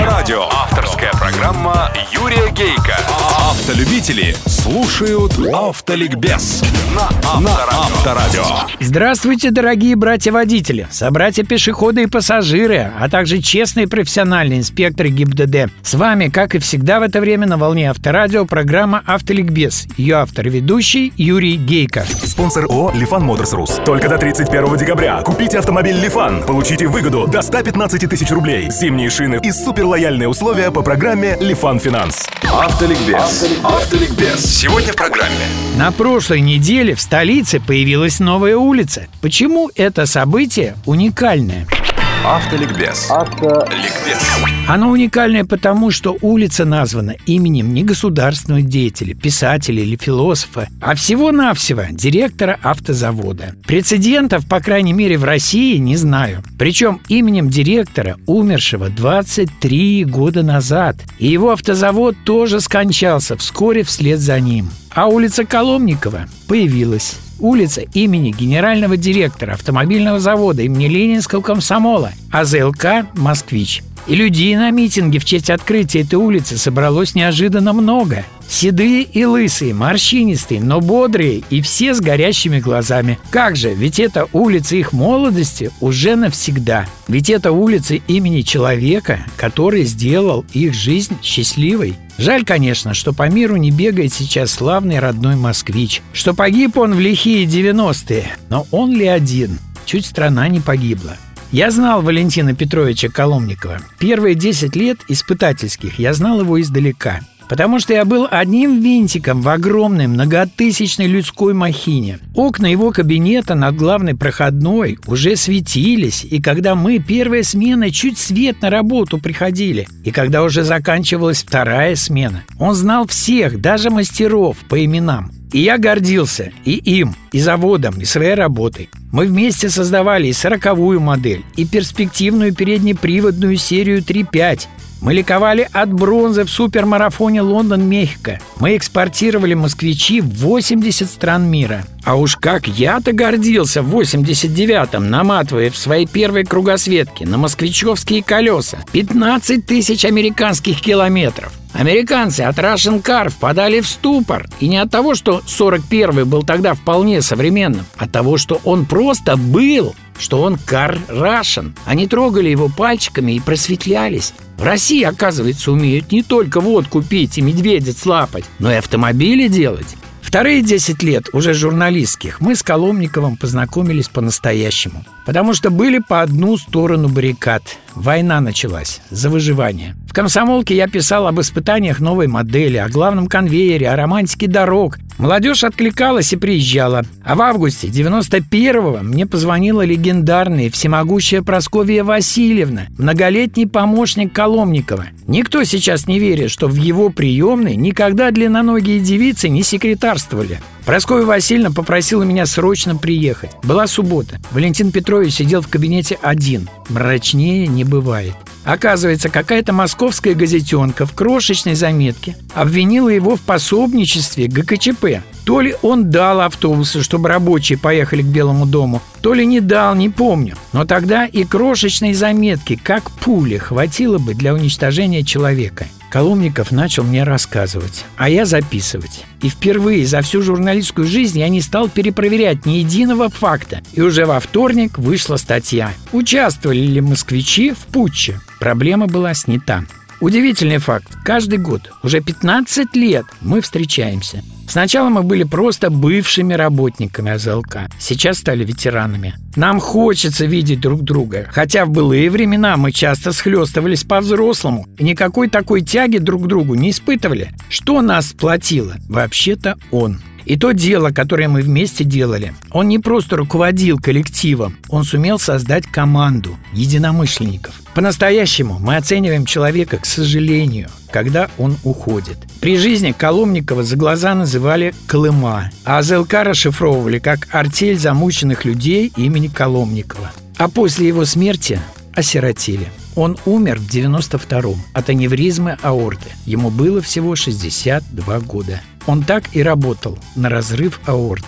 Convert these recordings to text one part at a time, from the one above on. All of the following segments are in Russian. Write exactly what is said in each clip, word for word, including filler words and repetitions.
Авторадио. Авторская программа Юрия Гейка. Автолюбители слушают Автоликбез на Авторадио. Здравствуйте, дорогие братья-водители, собратья-пешеходы и пассажиры, а также честные профессиональные инспекторы ГИБДД. С вами, как и всегда в это время на волне Авторадио, программа Автоликбез. Ее автор и ведущий Юрий Гейка. Спонсор ООО «Лифан Моторс Рус». Только до тридцать первого декабря купите автомобиль «Лифан». Получите выгоду до ста пятнадцати тысяч рублей. Зимние шины и суперлояльные условия по программе «Лифан Финанс». Автоликбез. Автоликбез. Сегодня в программе. На прошлой неделе в столице появилась новая улица. Почему это событие уникальное? Автоликбез. Автоликбез. Оно уникальное потому, что улица названа именем не государственного деятеля, писателя или философа, а всего-навсего директора автозавода. Прецедентов, по крайней мере, в России не знаю. Причем именем директора, умершего двадцать три года назад. И его автозавод тоже скончался вскоре вслед за ним. А улица Коломникова появилась. Улица имени генерального директора автомобильного завода имени Ленинского комсомола А З Л К «Москвич». И людей на митинге в честь открытия этой улицы собралось неожиданно много. Седые и лысые, морщинистые, но бодрые и все с горящими глазами. Как же, ведь это улица их молодости уже навсегда. Ведь это улица имени человека, который сделал их жизнь счастливой. Жаль, конечно, что по миру не бегает сейчас славный родной москвич, что погиб он в лихие девяностые. Но он ли один? Чуть страна не погибла. Я знал Валентина Петровича Коломникова. Первые десять лет испытательских я знал его издалека, потому что я был одним винтиком в огромной многотысячной людской махине. Окна его кабинета над главной проходной уже светились, и когда мы, первая смена, чуть свет на работу приходили, и когда уже заканчивалась вторая смена, он знал всех, даже мастеров, по именам. И я гордился и им, и заводом, и своей работой. Мы вместе создавали и сороковую модель, и перспективную переднеприводную серию три пять. Мы ликовали от бронзы в супермарафоне Лондон-Мехико. Мы экспортировали москвичи в восемьдесят стран мира. А уж как я-то гордился в восемьдесят девятом, наматывая в свои первые кругосветки на москвичевские колеса пятнадцать тысяч американских километров. Американцы от Russian Car впадали в ступор. И не от того, что сорок первый был тогда вполне современным, а от того, что он просто был, что он Car Russian. Они трогали его пальчиками и просветлялись. В России, оказывается, умеют не только водку пить и медведя слапать, но и автомобили делать. Вторые десять лет, уже журналистских, мы с Коломниковым познакомились по-настоящему. Потому что были по одну сторону баррикад. Война началась за выживание. В «Комсомолке» я писал об испытаниях новой модели, о главном конвейере, о романтике дорог. Молодежь откликалась и приезжала. А в августе девяносто первого мне позвонила легендарная и всемогущая Прасковья Васильевна, многолетний помощник Коломникова. Никто сейчас не верит, что в его приемной никогда длинноногие девицы не секретарствовали. Прасковья Васильевна попросила меня срочно приехать. Была суббота. Валентин Петрович сидел в кабинете один. Мрачнее не бывает. Оказывается, какая-то московская газетенка в крошечной заметке обвинила его в пособничестве Г К Ч П. То ли он дал автобусы, чтобы рабочие поехали к Белому дому, то ли не дал, не помню. Но тогда и крошечной заметки, как пули, хватило бы для уничтожения человека. Коломников начал мне рассказывать, а я записывать. И впервые за всю журналистскую жизнь я не стал перепроверять ни единого факта. И уже во вторник вышла статья. Участвовали ли москвичи в путче? Проблема была снята. Удивительный факт. Каждый год, уже пятнадцать лет, мы встречаемся. Сначала мы были просто бывшими работниками А З Л К. Сейчас стали ветеранами. Нам хочется видеть друг друга. Хотя в былые времена мы часто схлестывались по-взрослому. И никакой такой тяги друг к другу не испытывали. Что нас сплотило? Вообще-то он. И то дело, которое мы вместе делали, он не просто руководил коллективом, он сумел создать команду единомышленников. По-настоящему мы оцениваем человека, к сожалению, когда он уходит. При жизни Коломникова за глаза называли Колыма, а А З Л К расшифровывали как «артель замученных людей имени Коломникова». А после его смерти осиротели. Он умер в девяносто втором от аневризмы аорты. Ему было всего шестьдесят два года. Он так и работал на разрыв аорты.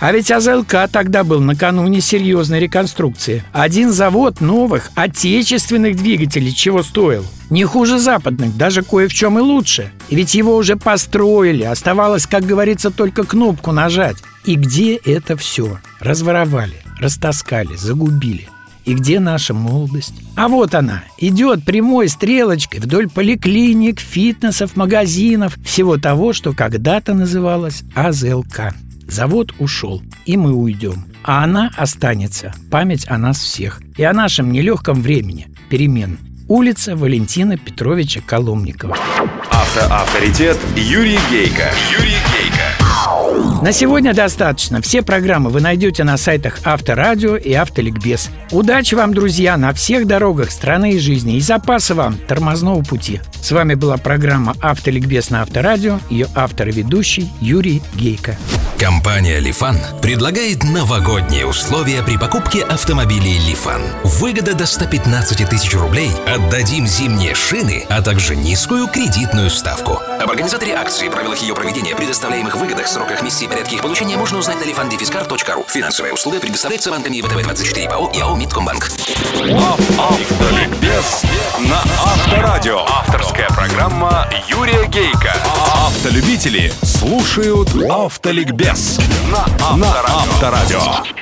А ведь АЗЛК тогда был накануне серьезной реконструкции. Один завод новых отечественных двигателей чего стоил? Не хуже западных, даже кое в чем и лучше. И ведь его уже построили, оставалось, как говорится, только кнопку нажать. И где это все? Разворовали, растаскали, загубили. И где наша молодость? А вот она, идет прямой стрелочкой вдоль поликлиник, фитнесов, магазинов, всего того, что когда-то называлось АЗЛК. Завод ушел, и мы уйдем. А она останется, память о нас всех. И о нашем нелегком времени, перемен. Улица Валентина Петровича Коломникова. Автоавторитет Юрий Гейко. Юрий Гейко. На сегодня достаточно. Все программы вы найдете на сайтах Авторадио и Автоликбез. Удачи вам, друзья, на всех дорогах страны и жизни. И запаса вам тормозного пути. С вами была программа Автоликбез на Авторадио. Ее автор и ведущий Юрий Гейко. Компания «Лифан» предлагает новогодние условия при покупке автомобилей «Лифан». Выгода до ста пятнадцати тысяч рублей. Отдадим зимние шины, а также низкую кредитную ставку. Об организаторе акции, правилах ее проведения, предоставляемых выгодах, сроках миссии и порядке их получения можно узнать на лифан дефискар точка ру. Финансовая услуга предоставляется банками ВТБ двадцать четыре ПАО и АО «Мидкомбанк». Автоликбез на Авторадио. Авторская программа Юрия Гейко. Автолюбители слушают Автоликбез на Авторадио.